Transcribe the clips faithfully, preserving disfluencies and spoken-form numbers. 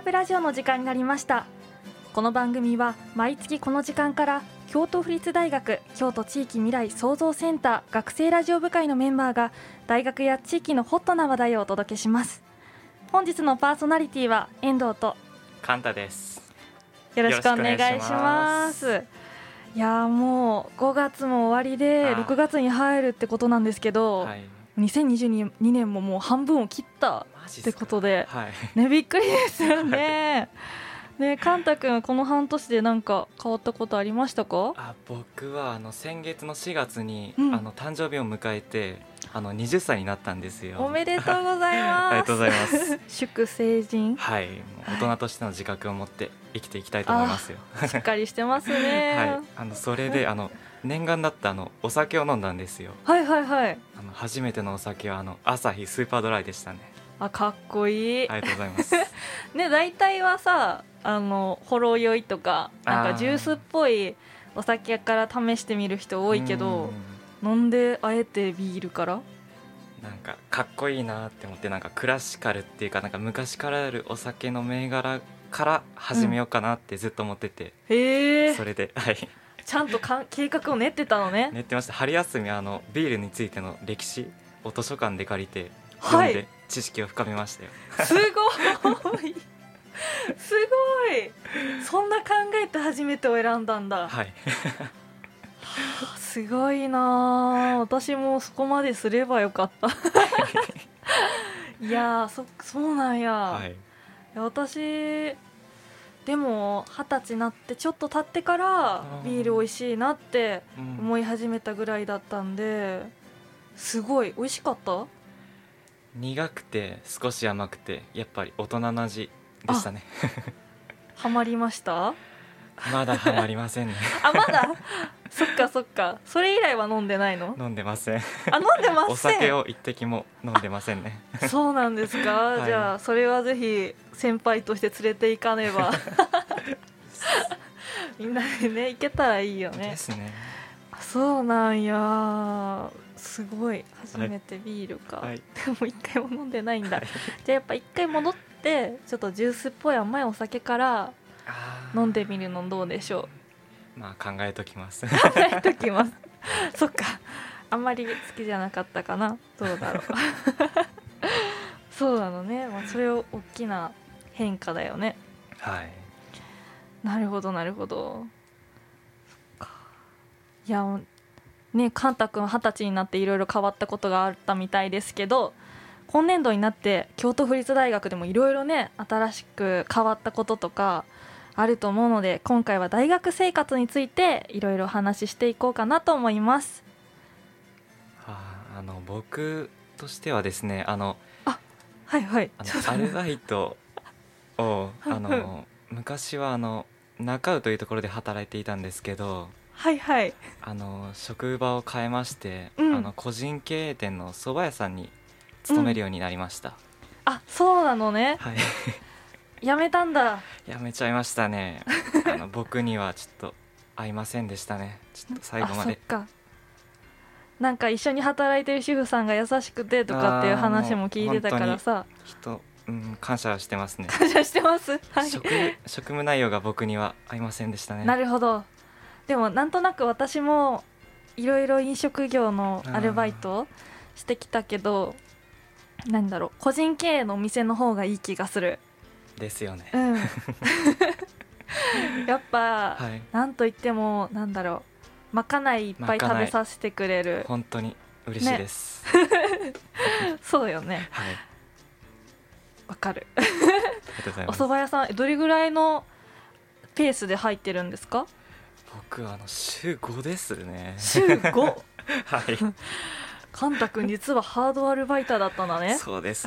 プラジオの時間になりました。この番組は毎月この時間から京都府立大学京都地域未来創造センター学生ラジオ部会のメンバーが大学や地域のホットな話題をお届けします。本日のパーソナリティは遠藤とカンタです。 よろしくお願いします。いやもうごがつも終わりでろくがつに入るってことなんですけど、はい、にせんにじゅうにねんももう半分を切ったってことで、はい、ね、びっくりですよね。ね、カンタ君この半年で何か変わったことありましたか？ あ、僕はあの先月のしがつに、うん、あの誕生日を迎えてあのはたちになったんですよ。 おめでとうございます。 ありがとうございます祝成人。 はい、大人としての自覚を持って生きていきたいと思いますよ。 しっかりしてますね。 はい、あのそれであの念願だったあのお酒を飲んだんですよ。 はいはいはい。 あの初めてのお酒はあのアサヒスーパードライでしたね。 あ、かっこいい。 ありがとうございますね、大体はさ、あのほろ酔いとかなんかジュースっぽいお酒から試してみる人多いけど、飲んであえてビールからなんかかっこいいなって思って、なんかクラシカルっていうかなんか昔からあるお酒の銘柄から始めようかなってずっと思ってて、 うん、へー、 それで、はい、 ちゃんとか計画を練ってたのね。 練ってました。春休みあのビールについての歴史を図書館で借りてはい、 読んで知識を深めましたよ。 すごいすごい、そんな考えて初めてを選んだんだ。 はいすごいな、私もそこまですればよかったいや そ, そうなんや、はい、いや私でもはたちになってちょっと経ってからビール美味しいなって思い始めたぐらいだったんで、すごい美味しかった。 苦くて少し甘くてやっぱり大人の味でしたね。 ハマりました？ まだハマりませんねあ、まだそっかそっか、それ以来は飲んでないの？ 飲んでません。 あ、飲んでません。 お酒を一滴も飲んでませんね。 そうなんですか、はい、じゃあそれはぜひ先輩として連れて行かねばみんなでね行けたらいいよね。 ですね。 そうなんや、すごい、初めてビールか、はい、でも一回も飲んでないんだ、はい、じゃあやっぱ一回戻ってちょっとジュースっぽい甘いお酒から飲んでみるのどうでしょう。まあ考えときます考えときますそっか、あんまり好きじゃなかったかな、どうだろうそうなのね、まあ、それを大きな変化だよね。 はい、 なるほどなるほど。そっか、いやね、カンタ君はたちになっていろいろ変わったことがあったみたいですけど、今年度になって京都府立大学でもいろいろね新しく変わったこととかあると思うので、今回は大学生活についていろいろ話していこうかなと思います。 ああの僕としてはですね、あのあ、はいはい、 あのアルバイトをあの昔はあの中尾というところで働いていたんですけど、 はいはい、 あの職場を変えまして、 うん、 あの個人経営店の蕎麦屋さんに勤めるようになりました、うん、 あ、そうなのね、 はい辞めたんだ。 辞めちゃいましたねあの僕にはちょっと合いませんでしたね、ちょっと最後まで。 あ、そっか、なんか一緒に働いてる主婦さんが優しくてとかっていう話も聞いてたからさ、 人、うん、感謝してますね。 感謝してます、はい、 職, 職務内容が僕には合いませんでしたね。 なるほど。でもなんとなく私もいろいろ飲食業のアルバイトしてきたけど、なんだろう、個人経営のお店の方がいい気がする。 ですよね、 うん、やっぱ、 はい、 なんといってもなんだろう、まかないいっぱい食べさせてくれる。 本当に嬉しいです、 ね、そうよね、 はい、 わかるありがとうございます。 お蕎麦屋さんどれぐらいのペースで入ってるんですか？ 僕はあの週ごですね。 週ご はいカンタ君実はハードアルバイターだったんだね。 そうです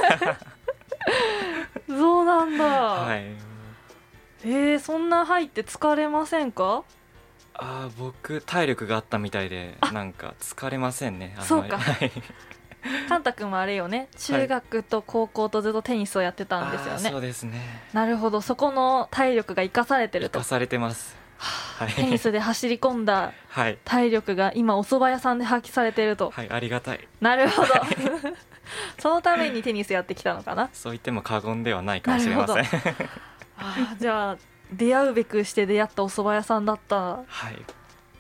そうなんだ、 はい、 えー、そんな入って疲れませんか？ あ、僕体力があったみたいでなんか疲れませんね、あんまり。 そうか、 はい、 カンタ君はあれよね、中学と高校とずっとテニスをやってたんですよね、はい、 そうですね。 なるほど、そこの体力が生かされてると。 生かされてます。 ははい、 テニスで走り込んだはい体力が今お蕎麦屋さんで発揮されていると、 はい、ありがたい。 なるほどそのためにテニスやってきたのかな。 そう言っても過言ではないかもしれませんあじゃあ出会うべくして出会ったお蕎麦屋さんだった。 はい、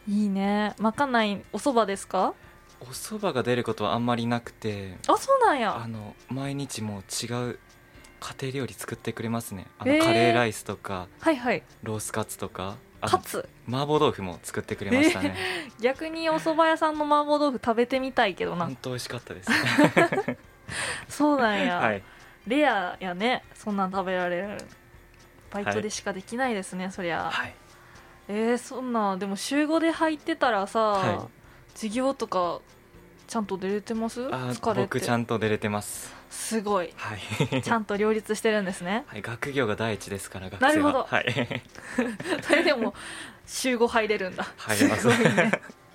いいね。まかないお蕎麦ですか？ お蕎麦が出ることはあんまりなくて、 あ、そうなんや。 あの毎日もう違う家庭料理作ってくれますね。あの、 えーカレーライスとかはいはい。 ロースカツとか、あのカツ麻婆豆腐も作ってくれましたね、 逆にお蕎麦屋さんの麻婆豆腐食べてみたいけどな。 本当美味しかったですそうなんや、 はい、 レアやね、そんなん食べられる。バイトでしかできないですね、そりゃ。 はい、 えー、そんなでも週ごで入ってたらさ、 はい授業とかちゃんと出れてます？ あ疲れて僕ちゃんと出れてます。 すごいはいちゃんと両立してるんですねはい、学業が第一ですから学生は。 なるほどはいそれでも週ご入れるんだ。 入れますすごいね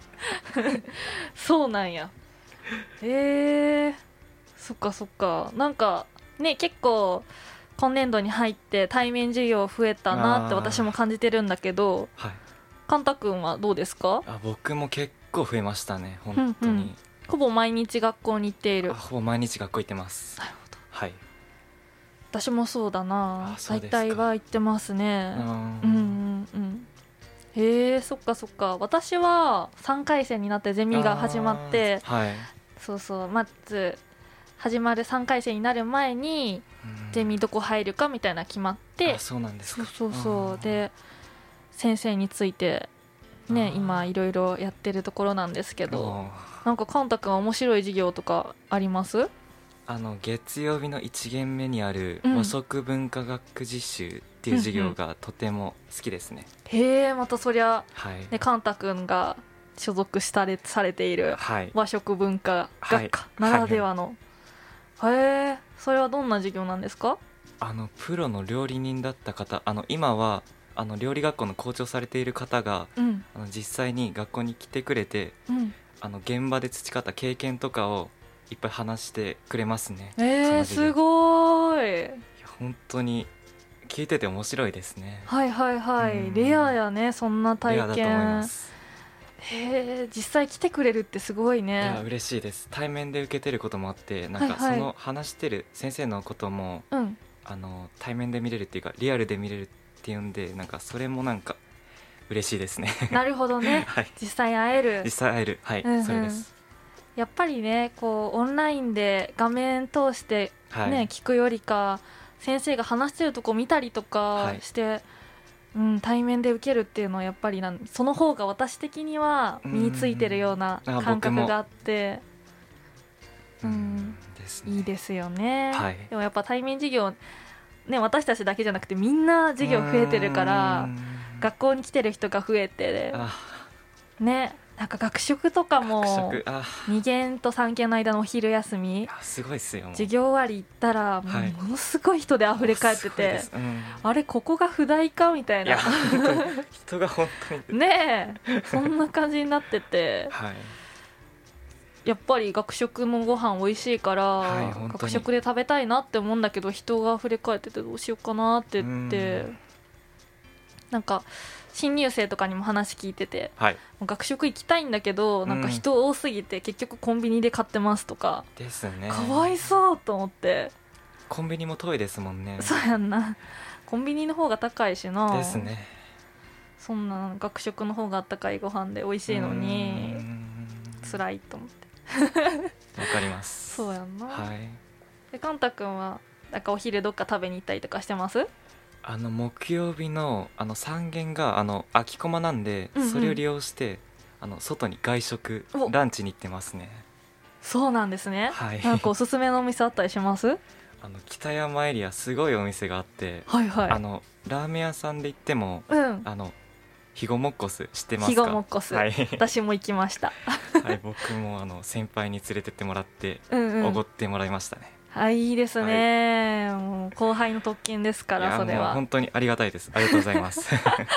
そうなんや。えー、そっかそっか。なんかね、結構今年度に入って対面授業増えたなってあー私も感じてるんだけど、 はい、 カンタ君はどうですか？ あ僕も結構増えましたね本当に、 うんうんほぼ毎日学校に行っている。 あほぼ毎日学校行ってます。 なるほど。 はい、 私もそうだな。大あそうですか体は行ってますね。 ううんんうんうんへえ、そっかそっか。私はさんかい生になってゼミが始まって、 あーはい、 そうそう、まず始まるさんかい生になる前にうんゼミどこ入るかみたいな決まってあ、そうなんですか。 そうそうそうあーで先生についてねあー今いろいろやってるところなんですけど、 あなんかカンタ君は面白い授業とかあります？ あの月曜日のいち限目にあるうん和食文化学実習っていう授業がとても好きですね。 へえ、またそりゃ、 はい、 ね、カンタ君が所属したれされているはい、 和食文化学科はいならではの、へえ、それはどんな授業なんですか？ あのプロの料理人だった方、あの今はあの料理学校の校長されている方がうんあの実際に学校に来てくれて、 うんあの現場で培った経験とかをいっぱい話してくれますね。そえー、 の授業すごーい。 いや本当に聞いてて面白いですね。 はいはいはい、 うんレアやね、そんな体レアだと思い験ま。す。 へえ、実際来てくれるってすごいいやね。 嬉しいです。対面で受けてることもあって、なんかはいはいその話してる先生のこともうんあの対面で見れるっていうかリアルで見れるっていうんで、なんかそれもなんか嬉しいですね。 なるほどねはい、 実際会える実。際会える、はい、 うんうんそれです。 やっぱりね、こうオンラインで画面通してはい、 ね、聞くよりか先生が話してるとこ見たりとかはいして、うん、対面で受けるっていうのはやっぱりなんその方が私的には身についてるようなうんあ感僕も覚があって、ううんんですね。 いいですよね、 はいでもやっぱ対面授業、ね、私たちだけじゃなくてみんな授業増えてるからうん学校に来てる人が増えてあね、なんか学食とかも学食あに限とさん限の間のお昼休みあすごいっすよ。もう授業終わり行ったらもはいうものすごい人で溢れ返ってすごいて、 ですうんあれここが不代かみたいないや本当に人が本当にねえそんな感じになっててはい、 やっぱり学食のご飯美味しいから、 はい本当に学食で食べたいなって思うんだけど人が溢れ返っててどうしようかなって言ってうんなんか新入生とかにも話聞いててはいもう学食行きたいんだけどなんか人多すぎて結局コンビニで買ってますとか、 ですね。 かわいそうと思ってコンビニも遠いですもんね。 そうやんなコンビニの方が高いしなですね。 そんな学食の方があったかいご飯で美味しいのに辛いと思ってわかりますそうやんな、 はいでカンタ君はなんかお昼どっか食べに行ったりとかしてます？ あの木曜日のあのさん限があの空きコマなんで、 うんうんそれを利用してあの外に外食おランチに行ってますね。 そうなんですね、 はいなんかおすすめのお店あったりします？ あの北山エリアすごいお店があって、 はいはいあのラーメン屋さんで行ってもうんあのひごもっこす知ってますか？ ひごもっこす、 はい、 私も行きましたはい、僕もあの先輩に連れてってもらってうんうんおごってもらいましたね。 あいいですね、もう後輩の特権ですかいやらそれはもう本当にありがたいです。ありがとうございます。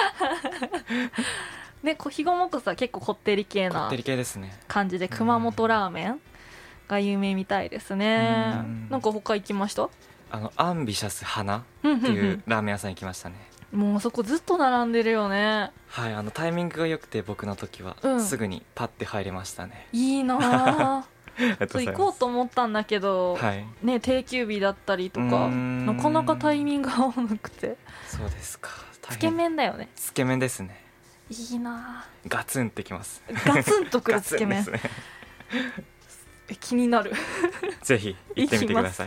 でこひごもっこすは結構こってり系なこってり系ですね。 感じで熊本ラーメンが有名みたいですね。 うんなんか他行きました？ あのアンビシャス花うんうんっていううんラーメン屋さん行きましたね。 もうそこずっと並んでるよね。 はい、あのタイミングが良くて僕の時は、 うん、 すぐにパッて入れましたね。 いいなそう行こうと思ったんだけど、 はい、 ね、定休日だったりとかなかなかタイミング合わなくて。 そうですか。 つけ麺だよね。 つけ麺ですね。 いいなガツンってきます。 ガツンとくるつけ麺、 ね、 気になるぜひ行ってみてください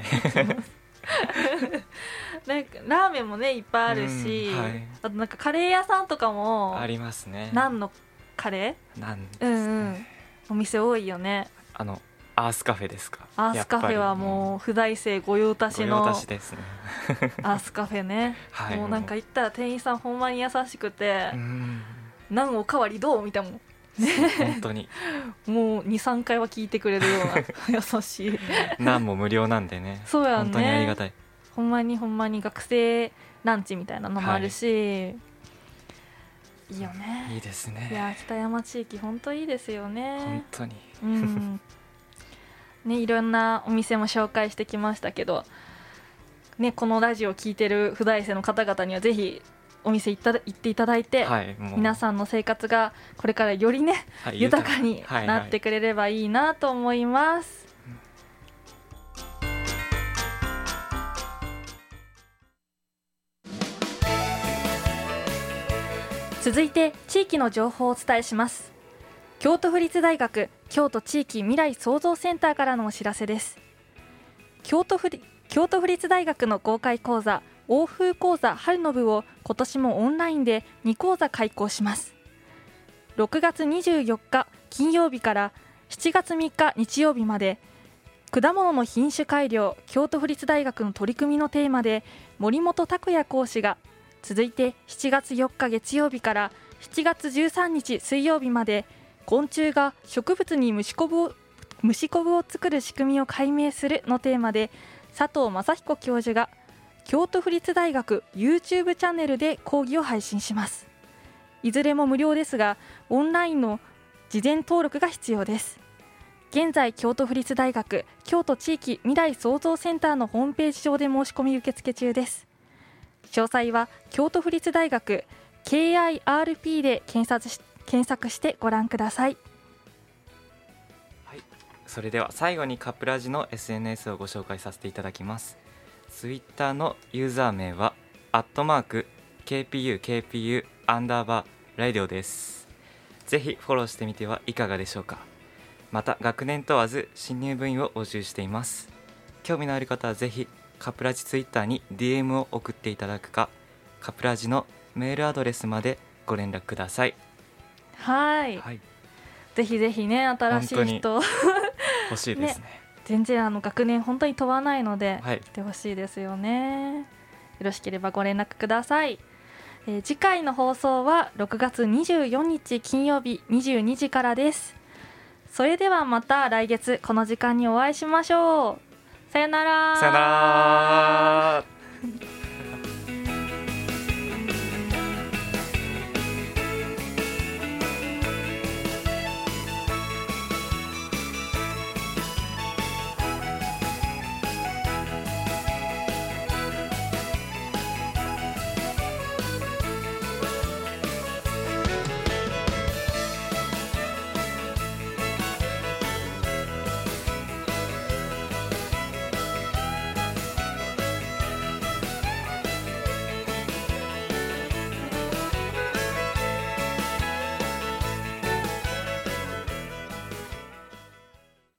なんかラーメンもねいっぱいあるし、はい、あとなんかカレー屋さんとかもありますね。 ナンのカレーナンですね、 うんうん、お店多いよね。 あのアースカフェですか。 アースカフェはもう不大生御用達の御用達ですねアースカフェね、はい、もうなんか行ったら店員さんほんまに優しくて、ナンおかわりどうみたいなもんね、 本当にもう にさんかいは聞いてくれるような優しいナンも無料なんでね。 そうやね、 本当にありがたい。 ほんまにほんまに学生ランチみたいなのもあるし、はい、いいよね。 いいですね。 いや北山地域本当いいですよね。 本当に、 うんね、いろんなお店も紹介してきましたけど、ね、このラジオを聞いてる不大生の方々にはぜひお店行った行っていただいて、はい、皆さんの生活がこれからよりね、はい、豊かになってくれればいいなと思います。続いて地域の情報をお伝えします。京都府立大学京都地域未来創造センターからのお知らせです。京都府、京都府立大学の公開講座欧風講座春の部を今年もオンラインでに講座開講します。ろくがつにじゅうよっか金曜日からしちがつみっか日曜日まで、果物の品種改良京都府立大学の取り組みのテーマで森本拓也講師が、続いてしちがつよっか月曜日からしちがつじゅうさんにち水曜日まで、昆虫が植物に虫こぶを虫こぶを作る仕組みを解明するのテーマで、佐藤正彦教授が京都府立大学 YouTube チャンネルで講義を配信します。いずれも無料ですが、オンラインの事前登録が必要です。現在京都府立大学京都地域未来創造センターのホームページ上で申し込み受付中です。詳細は京都府立大学 ケーアイアールピー で検索し、検索してご覧ください。 はい、それでは最後にカプラジの エスエヌエス をご紹介させていただきます。ツイッターのユーザー名はアットマーク ケーピーユー ケーピーユー アンダーバーラディオです。ぜひフォローしてみてはいかがでしょうか。また学年問わず新入部員を募集しています。興味のある方はぜひカプラジツイッターに ディーエム を送っていただくか、カプラジのメールアドレスまでご連絡ください。 はい、はい、ぜひぜひね、新しい人欲しいですね。ね、 全然あの学年本当に問わないので、はい、来てほしいですよね。よろしければご連絡ください。えー、次回の放送はろくがつにじゅうよっか金曜日にじゅうにじからです。それではまた来月この時間にお会いしましょう。さよなら。 さよなら。